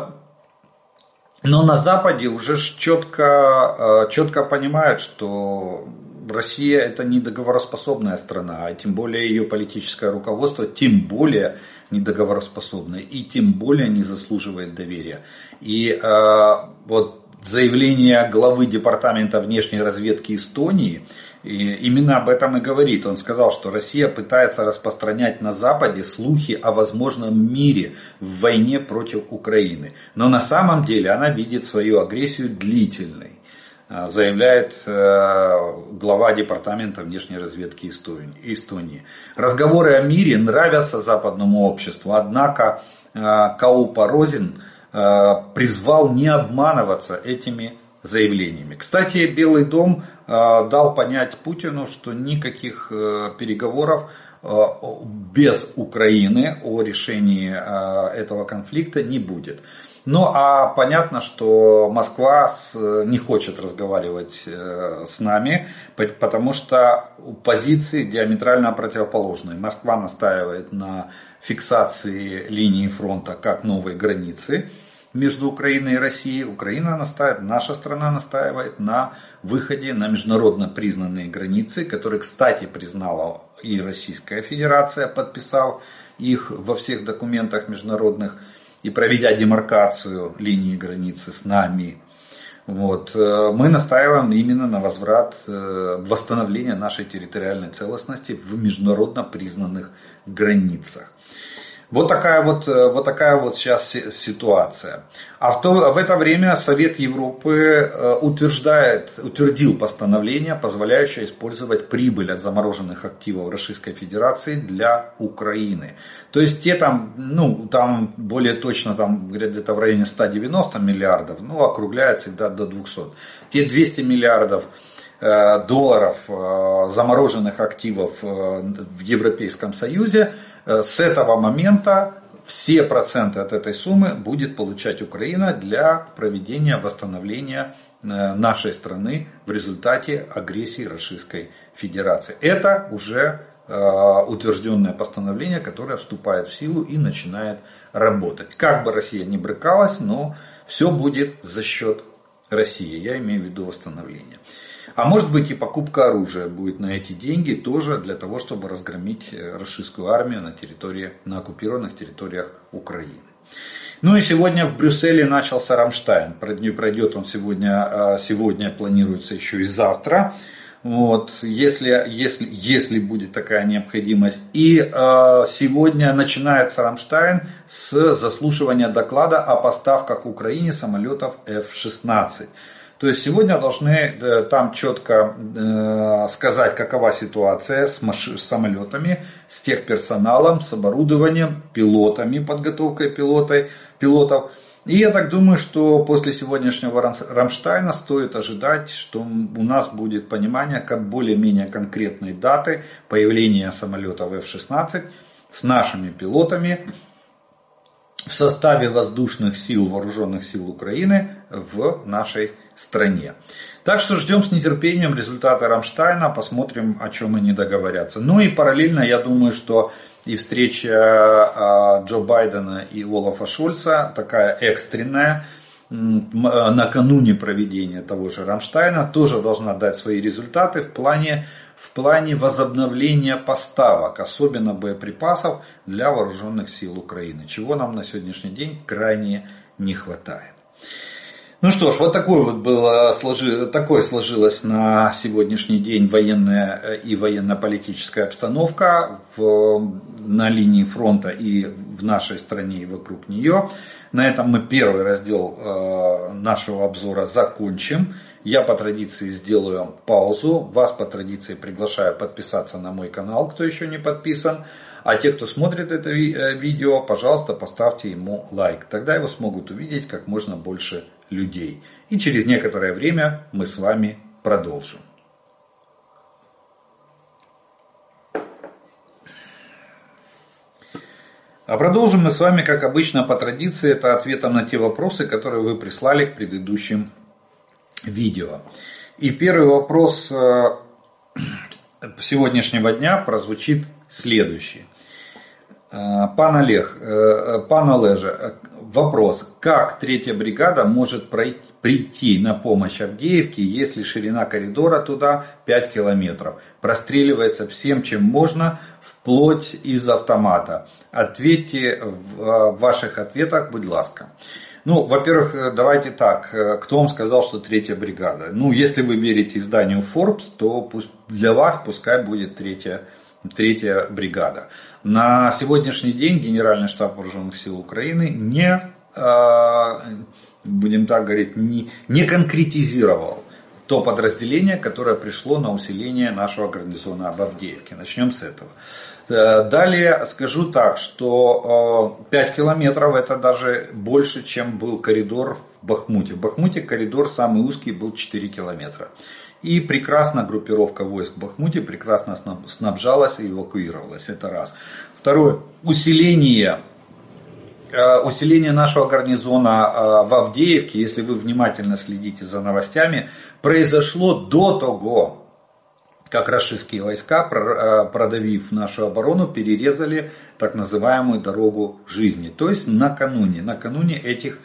но на Западе уже четко понимают, что Россия это не договороспособная страна, а тем более ее политическое руководство, тем более недоговороспособное и тем более не заслуживает доверия. И вот заявление главы Департамента внешней разведки Эстонии именно об этом и говорит. Он сказал, что Россия пытается распространять на Западе слухи о возможном мире в войне против Украины. Но на самом деле она видит свою агрессию длительной, заявляет глава Департамента внешней разведки Эстонии. Разговоры о мире нравятся западному обществу, однако Каупа Розин призвал не обманываться этими заявлениями. Кстати, Белый дом дал понять Путину, что никаких переговоров без Украины о решении этого конфликта не будет. Ну а понятно, что Москва не хочет разговаривать с нами, потому что позиции диаметрально противоположные. Москва настаивает на фиксации линии фронта как новой границы между Украиной и Россией. Наша страна настаивает на выходе на международно признанные границы, которые, кстати, признала и Российская Федерация, подписав их во всех документах международных и проведя демаркацию линии границы с нами. Вот. Мы настаиваем именно на восстановление нашей территориальной целостности в международно признанных границах. Вот такая вот сейчас ситуация. А в это время Совет Европы утвердил постановление, позволяющее использовать прибыль от замороженных активов Российской Федерации для Украины. То есть те там более точно, говорят, где-то в районе 190 миллиардов, округляют всегда до 200. Те 200 миллиардов долларов замороженных активов в Европейском Союзе, с этого момента все проценты от этой суммы будет получать Украина для проведения восстановления нашей страны в результате агрессии Российской Федерации. Это уже утвержденное постановление, которое вступает в силу и начинает работать. Как бы Россия ни брыкалась, но все будет за счет России. Я имею в виду восстановление. А может быть и покупка оружия будет на эти деньги тоже для того, чтобы разгромить российскую армию на оккупированных территориях Украины. Ну и сегодня в Брюсселе начался Рамштайн. Пройдет он сегодня планируется еще и завтра. Вот, если будет такая необходимость. И сегодня начинается Рамштайн с заслушивания доклада о поставках Украине самолетов F-16. То есть сегодня должны там четко сказать, какова ситуация с самолетами, с техперсоналом, с оборудованием, пилотами, подготовкой пилотов. И я так думаю, что после сегодняшнего Рамштайна стоит ожидать, что у нас будет понимание как более-менее конкретной даты появления самолетов F-16 с нашими пилотами в составе воздушных сил, вооруженных сил Украины в нашей стране. Так что ждем с нетерпением результаты Рамштайна, посмотрим, о чем они договорятся. Ну и параллельно, я думаю, что и встреча Джо Байдена и Олафа Шольца, такая экстренная, накануне проведения того же Рамштайна, тоже должна дать свои результаты в плане возобновления поставок, особенно боеприпасов для вооруженных сил Украины, чего нам на сегодняшний день крайне не хватает. Ну что ж, вот такой сложилась на сегодняшний день военная и военно-политическая обстановка на линии фронта и в нашей стране и вокруг нее. На этом мы первый раздел нашего обзора закончим. Я по традиции сделаю паузу. Вас по традиции приглашаю подписаться на мой канал, кто еще не подписан. А те, кто смотрит это видео, пожалуйста, поставьте ему лайк. Тогда его смогут увидеть как можно больше людей. И через некоторое время мы с вами продолжим. А продолжим мы с вами, как обычно, по традиции, это ответом на те вопросы, которые вы прислали к предыдущим видео. И первый вопрос сегодняшнего дня прозвучит следующий. Пан Олеже, вопрос. Как 3-я бригада может прийти на помощь Авдеевке, если ширина коридора туда 5 километров? Простреливается всем, чем можно, вплоть из автомата. Ответьте в ваших ответах, будь ласка. Ну, во-первых, давайте так, кто вам сказал, что третья бригада? Ну, если вы верите изданию Forbes, то для вас пускай будет третья бригада. На сегодняшний день Генеральный штаб Вооруженных сил Украины будем так говорить, не конкретизировал то подразделение, которое пришло на усиление нашего гарнизона в Авдеевке. Начнем с этого. Далее скажу так, что 5 километров это даже больше, чем был коридор в Бахмуте. В Бахмуте коридор самый узкий был 4 километра. И прекрасно группировка войск в Бахмуте прекрасно снабжалась и эвакуировалась. Это раз. Второе. Усиление нашего гарнизона в Авдеевке, если вы внимательно следите за новостями, произошло до того, как рашистские войска, продавив нашу оборону, перерезали так называемую дорогу жизни. То есть накануне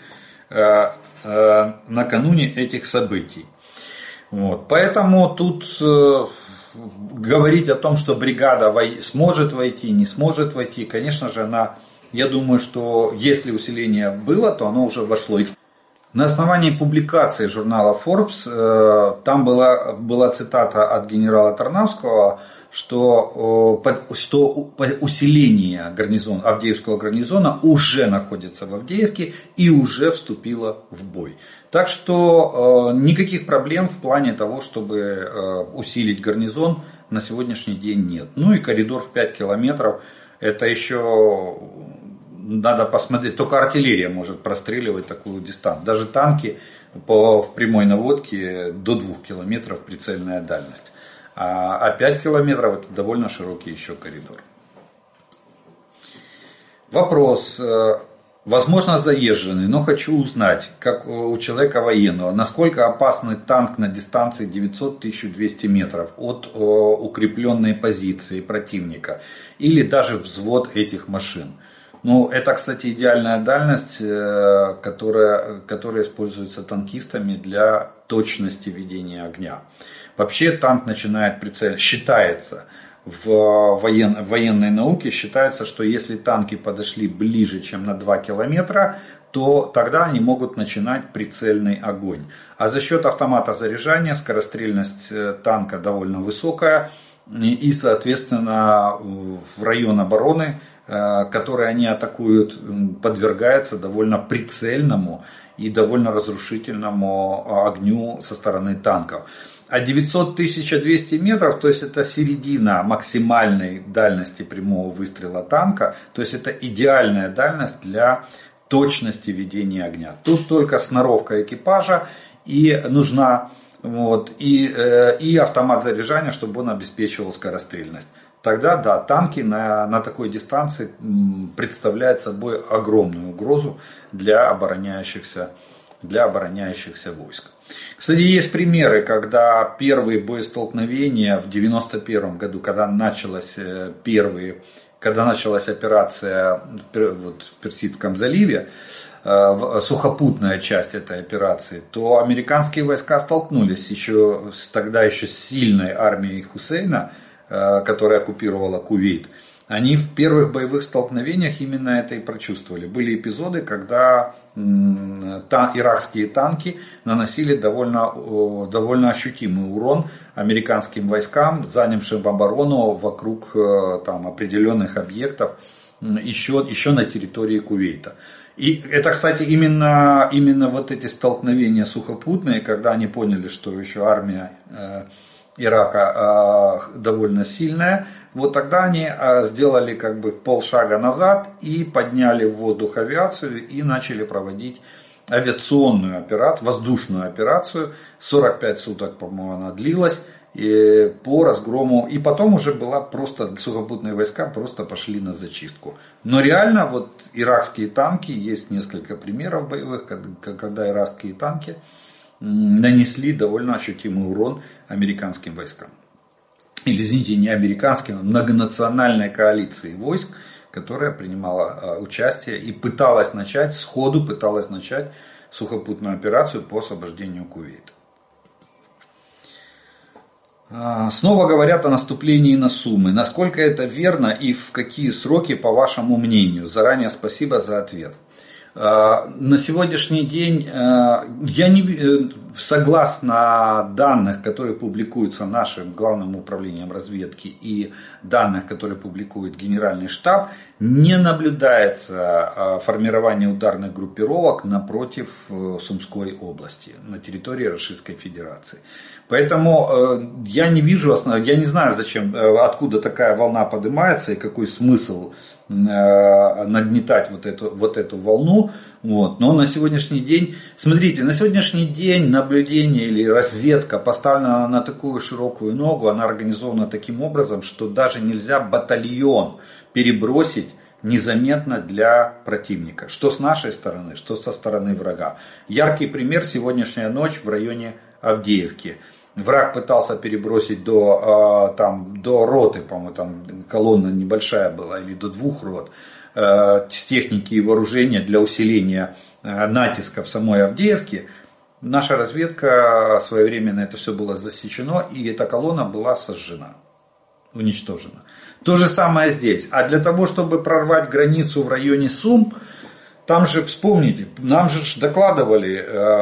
этих событий. Вот. Поэтому тут говорить о том, что бригада сможет войти, не сможет войти, конечно же, я думаю, что если усиление было, то оно уже вошло. На основании публикации журнала Forbes, там была цитата от генерала Тарнавского, что усиление Авдеевского гарнизона уже находится в Авдеевке и уже вступило в бой. Так что никаких проблем в плане того, чтобы усилить гарнизон, на сегодняшний день нет. Ну и коридор в 5 километров, это еще надо посмотреть, только артиллерия может простреливать такую дистанцию. Даже танки в прямой наводке до 2 километров прицельная дальность. А 5 километров это довольно широкий еще коридор. Вопрос, возможно заезженный, но хочу узнать, как у человека военного, насколько опасный танк на дистанции 900-1200 метров от укрепленной позиции противника или даже взвод этих машин. Ну, это, кстати, идеальная дальность, которая используется танкистами для точности ведения огня. Вообще танк начинает считается в военной науке, считается, что если танки подошли ближе, чем на 2 километра, то тогда они могут начинать прицельный огонь. А за счет автомата заряжания скорострельность танка довольно высокая. И, соответственно, в район обороны, который они атакуют, подвергается довольно прицельному и довольно разрушительному огню со стороны танков. А 900-1200 метров, то есть это середина максимальной дальности прямого выстрела танка, то есть это идеальная дальность для точности ведения огня. Тут только сноровка экипажа и нужна. Вот, и автомат заряжания, чтобы он обеспечивал скорострельность. Тогда да, танки на такой дистанции представляют собой огромную угрозу для обороняющихся войск. Кстати, есть примеры, когда первые боестолкновения в 1991 году, когда началась операция в Персидском заливе, сухопутная часть этой операции, то американские войска столкнулись тогда еще с сильной армией Хусейна, которая оккупировала Кувейт. Они в первых боевых столкновениях именно это и прочувствовали. Были эпизоды, когда иракские танки наносили довольно ощутимый урон американским войскам, занявшим оборону вокруг определенных объектов еще на территории Кувейта. И это, кстати, именно вот эти столкновения сухопутные, когда они поняли, что еще армия Ирака довольно сильная, вот тогда они сделали полшага назад и подняли в воздух авиацию и начали проводить авиационную операцию, воздушную операцию. 45 суток, по-моему, она длилась. По разгрому, и потом уже сухопутные войска просто пошли на зачистку. Но реально вот иракские танки, есть несколько примеров боевых, когда иракские танки нанесли довольно ощутимый урон американским войскам. Или, извините, не американским, а многонациональной коалиции войск, которая принимала участие и сходу пыталась начать сухопутную операцию по освобождению Кувейта. Снова говорят о наступлении на Сумы. Насколько это верно и в какие сроки, по вашему мнению? Заранее спасибо за ответ. На сегодняшний день я не, согласно данных, которые публикуются нашим главным управлением разведки и данных, которые публикует Генеральный штаб, не наблюдается формирование ударных группировок напротив Сумской области, на территории Российской Федерации. Поэтому я не вижу, я не знаю, зачем, откуда такая волна поднимается и какой смысл нагнетать вот эту волну. Вот. Но на сегодняшний день, смотрите, на сегодняшний день наблюдение или разведка поставлена на такую широкую ногу, она организована таким образом, что даже нельзя батальон перебросить незаметно для противника. Что с нашей стороны, что со стороны врага. Яркий пример — сегодняшняя ночь в районе Авдеевки. Враг пытался перебросить до роты, по-моему, там колонна небольшая была, или до 2 рот, с техники и вооружения для усиления натиска в самой Авдеевке. Наша разведка своевременно это все было засечено, и эта колонна была сожжена, уничтожена. То же самое здесь. А для того, чтобы прорвать границу в районе Сум, там же, вспомните, нам же докладывали,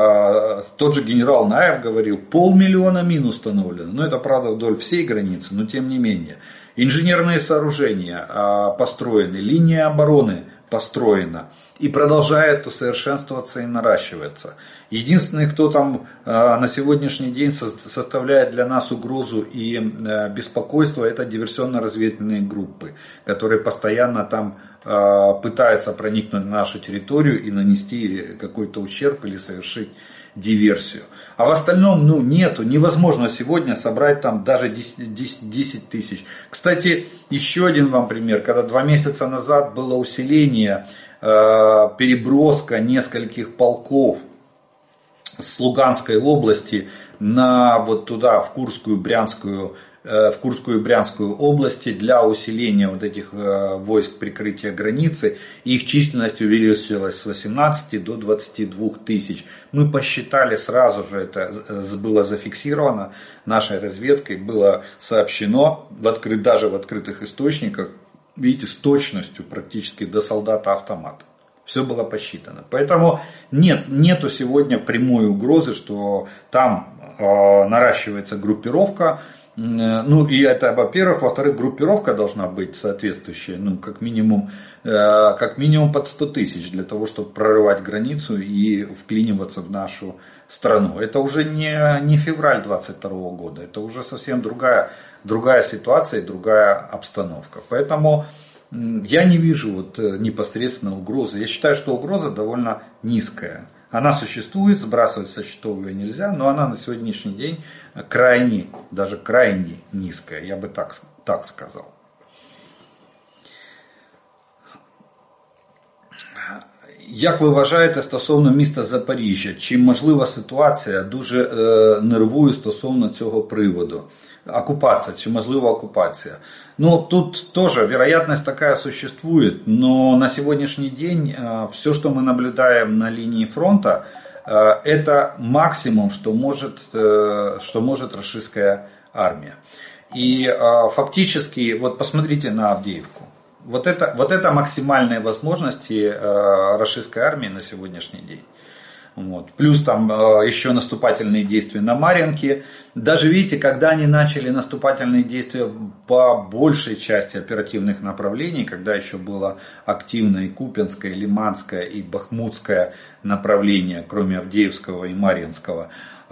тот же генерал Наев говорил, 500 000 мин установлено. Ну, это, правда, вдоль всей границы, но тем не менее. Инженерные сооружения построены, линия обороны построена и продолжает усовершенствоваться и наращиваться. Единственный, кто там на сегодняшний день составляет для нас угрозу и беспокойство, это диверсионно-разведывательные группы, которые постоянно там пытаются проникнуть на нашу территорию и нанести какой-то ущерб или совершить диверсию. А в остальном, невозможно сегодня собрать там даже 10 тысяч. Кстати, еще один вам пример. Когда 2 месяца назад было усиление, переброска нескольких полков с Луганской области на вот туда, в Курскую и Брянскую области для усиления вот этих войск прикрытия границы. Их численность увеличилась с 18 до 22 тысяч. Мы посчитали сразу же, это было зафиксировано нашей разведкой, было сообщено даже в открытых источниках, видите, с точностью практически до солдата-автомата. Все было посчитано. Поэтому нету сегодня прямой угрозы, что там наращивается группировка. И это, во-первых. Во-вторых, группировка должна быть соответствующая, как минимум под 100 тысяч для того, чтобы прорывать границу и вклиниваться в нашу страну. Это уже не февраль 22 года, это уже совсем другая ситуация и другая обстановка. Поэтому я не вижу непосредственно угрозы. Я считаю, что угроза довольно низкая. Она существует, сбрасывать со счетов ее нельзя, но она на сегодняшний день даже крайне низкая, я бы так сказал. Як ви вважаєте стосовно міста Запоріжжя? Чи можлива ситуація? Дуже нервую стосовно цього приводу. Оккупация, чи можлива оккупация? Тут тоже вероятность такая существует, но на сегодняшний день все, что мы наблюдаем на линии фронта, это максимум, что может российская армия. И фактически, посмотрите на Авдеевку. Вот это максимальные возможности российской армии на сегодняшний день. Плюс там еще наступательные действия на Марьинке. Даже видите, когда они начали наступательные действия по большей части оперативных направлений, когда еще было активно и Купянское, и Лиманское, и Бахмутское направление, кроме Авдеевского и Марьинского,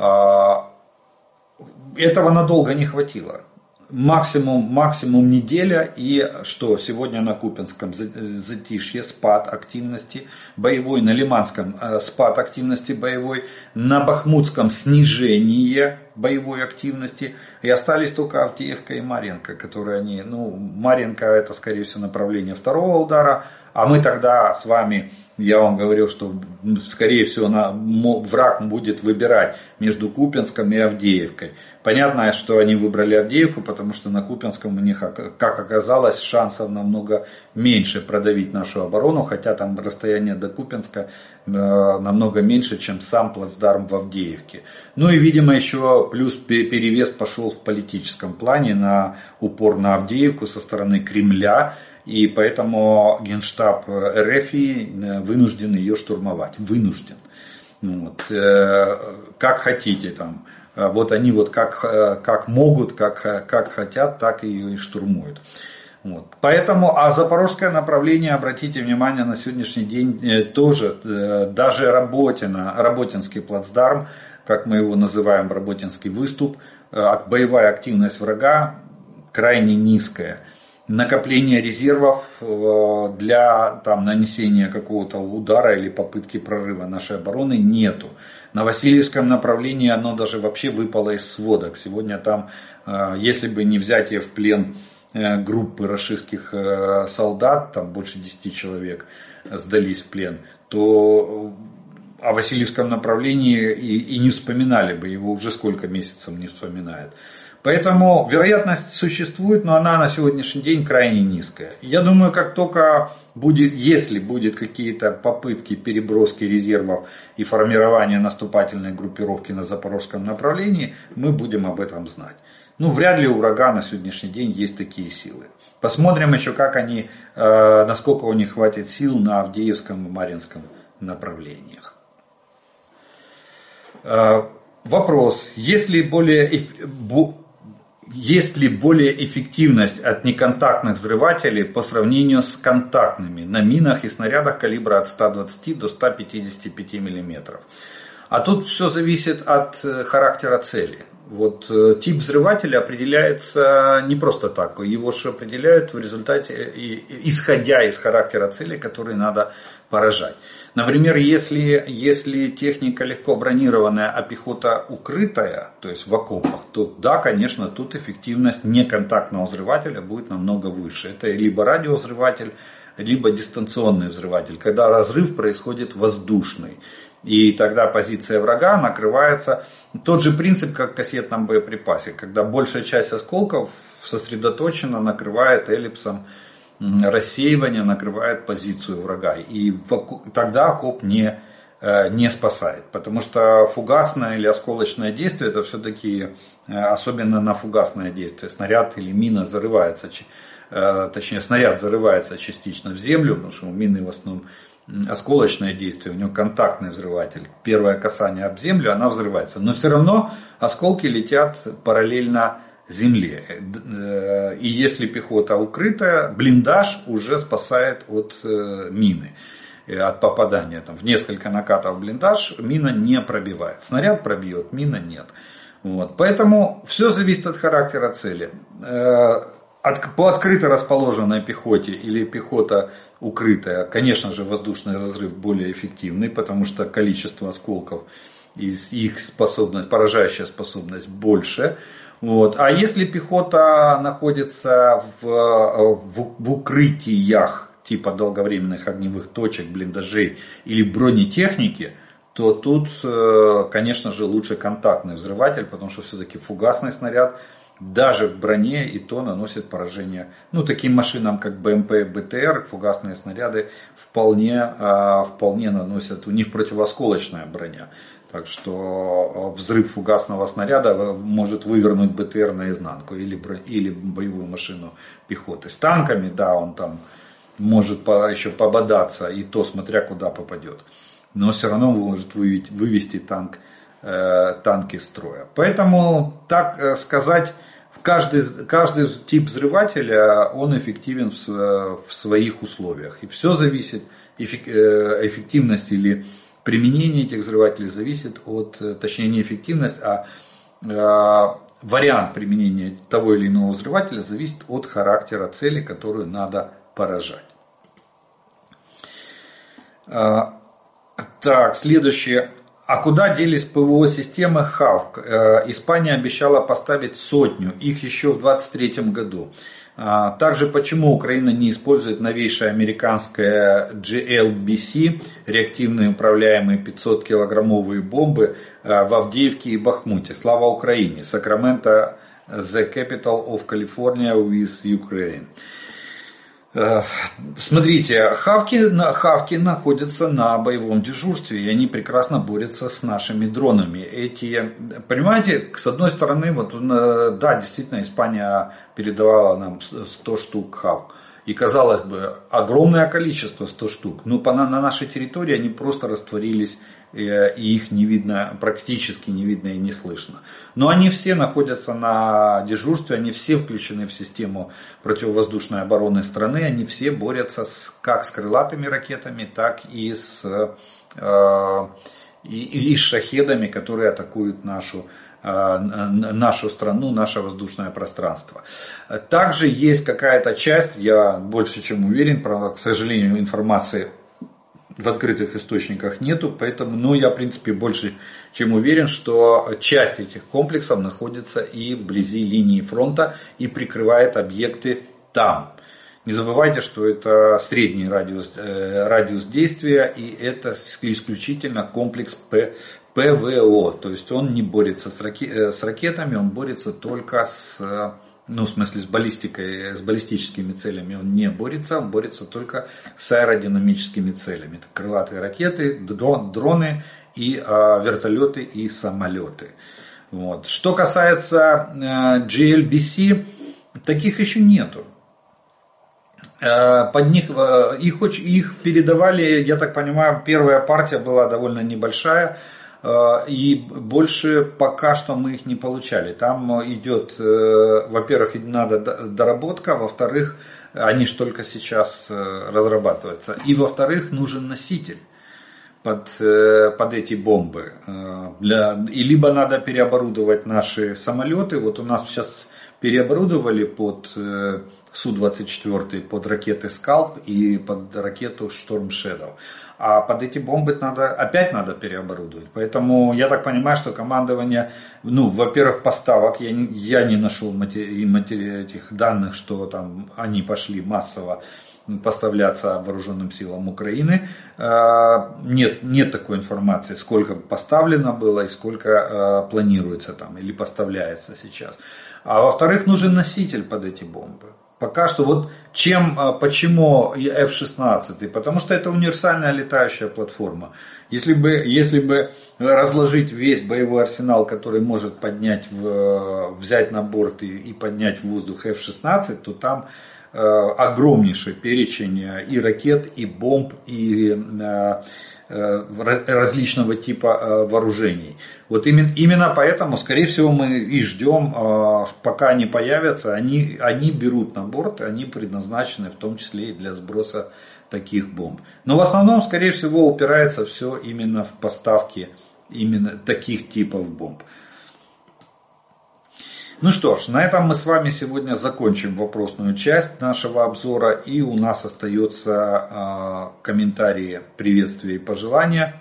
этого надолго не хватило. Максимум неделя, и что сегодня на Купянском затишье, спад активности боевой, на Лиманском спад активности боевой, на Бахмутском снижение боевой активности, и остались только Авдеевка и Марьинка, которые Марьинка это скорее всего направление второго удара, а мы тогда с вами, я вам говорил, что скорее всего враг будет выбирать между Купянском и Авдеевкой. Понятно, что они выбрали Авдеевку, потому что на Купянском у них, как оказалось, шансов намного меньше продавить нашу оборону, хотя там расстояние до Купянска намного меньше, чем сам плацдарм в Авдеевке. И, видимо, еще плюс перевес пошел в политическом плане на упор на Авдеевку со стороны Кремля. и поэтому Генштаб РФ вынужден ее штурмовать. Вынужден. Вот. Как хотите там. Вот они вот как могут, как хотят, так ее и штурмуют. Вот. Поэтому, а запорожское направление, обратите внимание, на сегодняшний день тоже, даже Работинский плацдарм, как мы его называем, Работинский выступ, боевая активность врага крайне низкая. Накопление резервов для нанесения какого-то удара или попытки прорыва нашей обороны нету. На Васильевском направлении оно даже вообще выпало из сводок. Сегодня там, если бы не взятие в плен группы рашистских солдат, там больше 10 человек сдались в плен, то о Васильевском направлении и не вспоминали бы, его уже сколько месяцев не вспоминают. Поэтому вероятность существует, но она на сегодняшний день крайне низкая. Я думаю, как только если будет какие-то попытки переброски резервов и формирования наступательной группировки на запорожском направлении, мы будем об этом знать. Вряд ли у врага на сегодняшний день есть такие силы. Посмотрим еще, насколько у них хватит сил на Авдеевском и Марьинском направлениях. Вопрос, есть ли более эффективность от неконтактных взрывателей по сравнению с контактными на минах и снарядах калибра от 120 до 155 мм? А тут все зависит от характера цели. Вот тип взрывателя определяется не просто так, его же определяют в результате, исходя из характера цели, которые надо поражать. Например, если техника легко бронированная, а пехота укрытая, то есть в окопах, то да, конечно, тут эффективность неконтактного взрывателя будет намного выше. Это либо радиовзрыватель, либо дистанционный взрыватель, когда разрыв происходит воздушный. И тогда позиция врага накрывается. Тот же принцип, как в кассетном боеприпасе, когда большая часть осколков сосредоточена, накрывает эллипсом рассеивания, накрывает позицию врага. И тогда окоп не спасает. Потому что фугасное или осколочное действие, это все-таки, особенно на фугасное действие, снаряд или мина зарывается, точнее снаряд зарывается частично в землю, потому что у мины в основном осколочное действие, у него контактный взрыватель. Первое касание об землю, она взрывается. Но все равно осколки летят параллельно земле. И если пехота укрытая, блиндаж уже спасает от мины, от попадания. Там, в несколько накатов блиндаж мина не пробивает. Снаряд пробьет, мина нет. Вот. Поэтому все зависит от характера цели. По открыто расположенной пехоте или пехота укрытая, конечно же, воздушный разрыв более эффективный, потому что количество осколков и их поражающая способность больше. Вот. А если пехота находится в укрытиях типа долговременных огневых точек, блиндажей или бронетехники, то тут, конечно же, лучше контактный взрыватель, потому что все-таки фугасный снаряд даже в броне и то наносит поражение. Таким машинам, как БМП и БТР, фугасные снаряды вполне наносят, у них противоосколочная броня. Так что взрыв фугасного снаряда может вывернуть БТР наизнанку или боевую машину пехоты. С танками, да, он там может еще пободаться, и то смотря куда попадет. Но все равно может вывести танки из строя. Поэтому, так сказать, каждый тип взрывателя, он эффективен в своих условиях. И все зависит, эффективность или применение этих взрывателей зависит точнее не эффективность, а вариант применения того или иного взрывателя зависит от характера цели, которую надо поражать. Так, следующее. А куда делись ПВО системы ХАВК? Испания обещала поставить 100, их еще в 2023 году. Также почему Украина не использует новейшее американское GLBC, реактивные управляемые 500-килограммовые бомбы в Авдеевке и Бахмуте? Слава Украине! Сакраменто, the capital of California with Ukraine. Смотрите, хавки находятся на боевом дежурстве, и они прекрасно борются с нашими дронами. Понимаете, с одной стороны, да, действительно, Испания передавала нам 100 штук хавк. И, казалось бы, огромное количество, 100 штук. Но на нашей территории они просто растворились, и их не видно, практически не видно и не слышно. Но они все находятся на дежурстве, они все включены в систему противовоздушной обороны страны. Они все борются как с крылатыми ракетами, так и с шахедами, которые атакуют нашу страну, наше воздушное пространство. Также есть какая-то часть, я больше чем уверен, правда, к сожалению, информации в открытых источниках нету, поэтому, я в принципе больше чем уверен, что часть этих комплексов находится и вблизи линии фронта и прикрывает объекты там. Не забывайте, что это средний радиус действия, и это исключительно комплекс ПВО, то есть он не борется с ракетами, он борется только с баллистикой, с баллистическими целями он не борется, он борется только с аэродинамическими целями. Это крылатые ракеты, дроны, и вертолеты и самолеты. Вот. Что касается GLBC, таких еще нету. Под них, их передавали, я так понимаю, первая партия была довольно небольшая. И больше пока что мы их не получали. Там идет, во-первых, надо доработка, во-вторых, они же только сейчас разрабатываются. И во-вторых, нужен носитель под эти бомбы. И либо надо переоборудовать наши самолеты. Вот у нас сейчас переоборудовали под Су-24, под ракеты «Скалп» и под ракету «Шторм Шэдоу». А под эти бомбы опять надо переоборудовать. Поэтому я так понимаю, что командование, во-первых, поставок, я не нашел этих данных, что там они пошли массово поставляться вооруженным силам Украины. Нет такой информации, сколько поставлено было и сколько планируется там или поставляется сейчас. А во-вторых, нужен носитель под эти бомбы. Пока что почему F-16? Потому что это универсальная летающая платформа. Если бы разложить весь боевой арсенал, который может взять на борт и поднять в воздух F-16, то там огромнейший перечень и ракет, и бомб, и различного типа вооружений. Вот именно поэтому, скорее всего, мы и ждем, пока они появятся. Они берут на борт, они предназначены в том числе и для сброса таких бомб. Но в основном, скорее всего, упирается все именно в поставки именно таких типов бомб. Ну что ж, на этом мы с вами сегодня закончим вопросную часть нашего обзора. И у нас остается комментарии, приветствия и пожелания,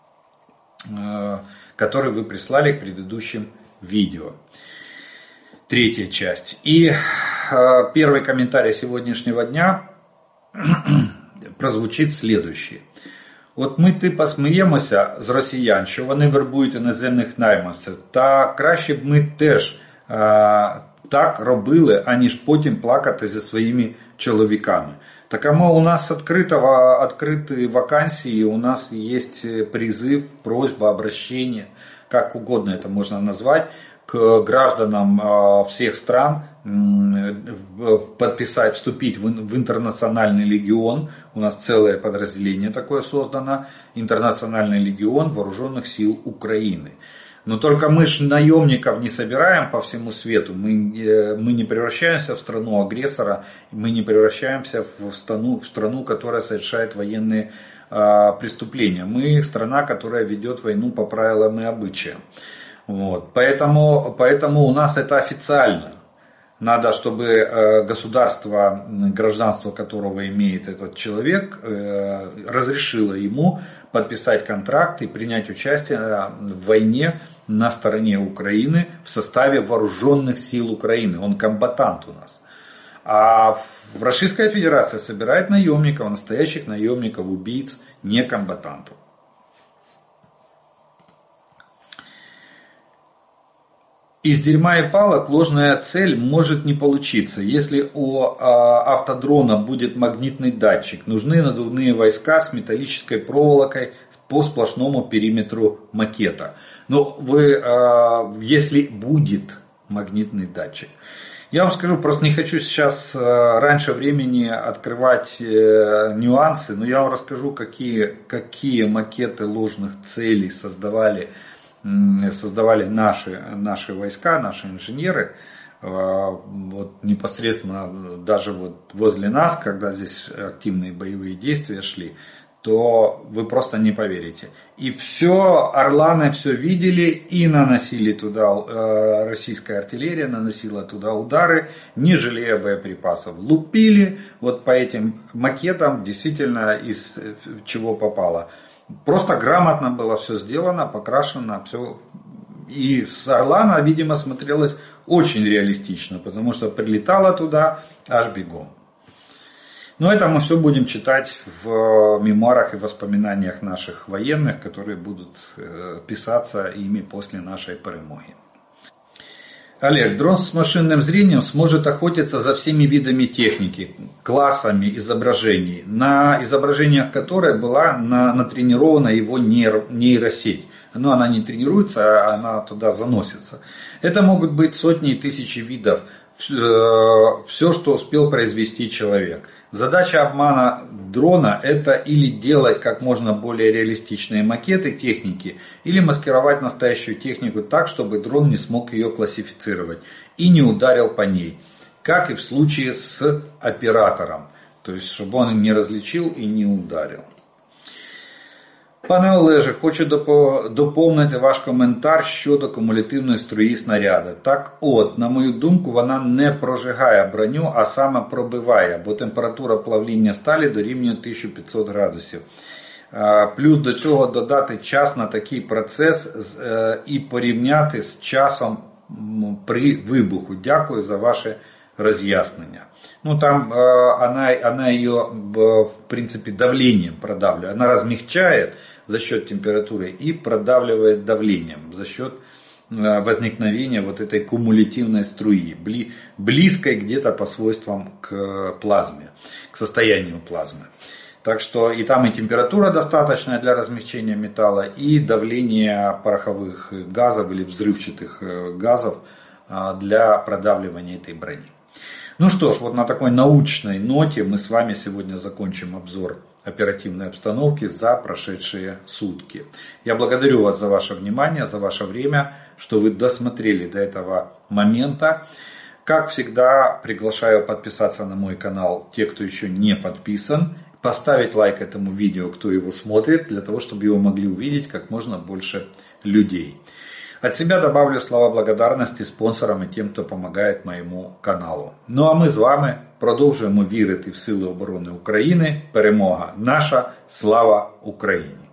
которые вы прислали к предыдущим видео. Третья часть. И первый комментарий сегодняшнего дня прозвучит следующий. От ми посміємося з росіян, що вони вербують іноземних найманців, та краще б ми теж так робили, аніж потім плакати зі своїми чоловіками. Тому у нас открыты вакансии, у нас есть призыв, просьба, обращение, как угодно это можно назвать, к гражданам всех стран вступить в интернациональный легион. У нас целое подразделение такое создано, интернациональный легион вооруженных сил Украины. Но только мы же наемников не собираем по всему свету, мы не превращаемся в страну агрессора, мы не превращаемся в страну, которая совершает военные преступления. Мы страна, которая ведет войну по правилам и обычаям. Вот. Поэтому у нас это официально. Надо, чтобы государство, гражданство которого имеет этот человек, разрешило ему подписать контракт и принять участие в войне на стороне Украины в составе вооруженных сил Украины. Он комбатант у нас. А Российская Федерация собирает наемников, настоящих наемников, убийц, не комбатантов. Из дерьма и палок ложная цель может не получиться. Если у автодрона будет магнитный датчик, нужны надувные войска с металлической проволокой по сплошному периметру макета. Но если будет магнитный датчик. Я вам скажу, просто не хочу сейчас раньше времени открывать нюансы, но я вам расскажу, какие макеты ложных целей создавали наши войска, наши инженеры. Вот непосредственно даже вот возле нас, когда здесь активные боевые действия шли, то вы просто не поверите. И все, орланы все видели и наносили туда, российская артиллерия наносила туда удары, не жалея боеприпасов. Лупили вот по этим макетам, действительно из чего попало. Просто грамотно было все сделано, покрашено, все. И с Орлана, видимо, смотрелось очень реалистично, потому что прилетало туда аж бегом. Но это мы все будем читать в мемуарах и воспоминаниях наших военных, которые будут писаться ими после нашей перемоги. Олег, дрон с машинным зрением сможет охотиться за всеми видами техники, классами изображений, на изображениях которой была натренирована его нейросеть. Но она не тренируется, она туда заносится. Это могут быть сотни и тысячи видов, все, что успел произвести человек. Задача обмана дрона — это или делать как можно более реалистичные макеты техники, или маскировать настоящую технику так, чтобы дрон не смог ее классифицировать и не ударил по ней. Как и в случае с оператором. То есть, чтобы он не различил і не ударив. Пане Олеже, хочу доповнити ваш коментар щодо кумулятивної струї снаряда. Так от, на мою думку, вона не прожигає броню, а саме пробиває, бо температура плавління сталі дорівнює 1500 градусів. Плюс до цього додати час на такий процес і порівняти з часом при вибуху. Дякую за ваше разъяснение. Ну там она ее в принципе давлением продавливает. Она размягчает за счет температуры и продавливает давлением за счет возникновения вот этой кумулятивной струи, близкой где-то по свойствам к плазме, к состоянию плазмы. Так что и там и температура достаточная для размягчения металла, и давление пороховых газов или взрывчатых газов для продавливания этой брони. Ну что ж, вот на такой научной ноте мы с вами сегодня закончим обзор оперативной обстановки за прошедшие сутки. Я благодарю вас за ваше внимание, за ваше время, что вы досмотрели до этого момента. Как всегда, приглашаю подписаться на мой канал те, кто еще не подписан, поставить лайк этому видео, кто его смотрит, для того, чтобы его могли увидеть как можно больше людей. От себя добавлю слова благодарності спонсорам і тим, хто допомагає моєму каналу. Ну а ми з вами продовжуємо вірити в Сили оборони України. Перемога наша, слава Україні!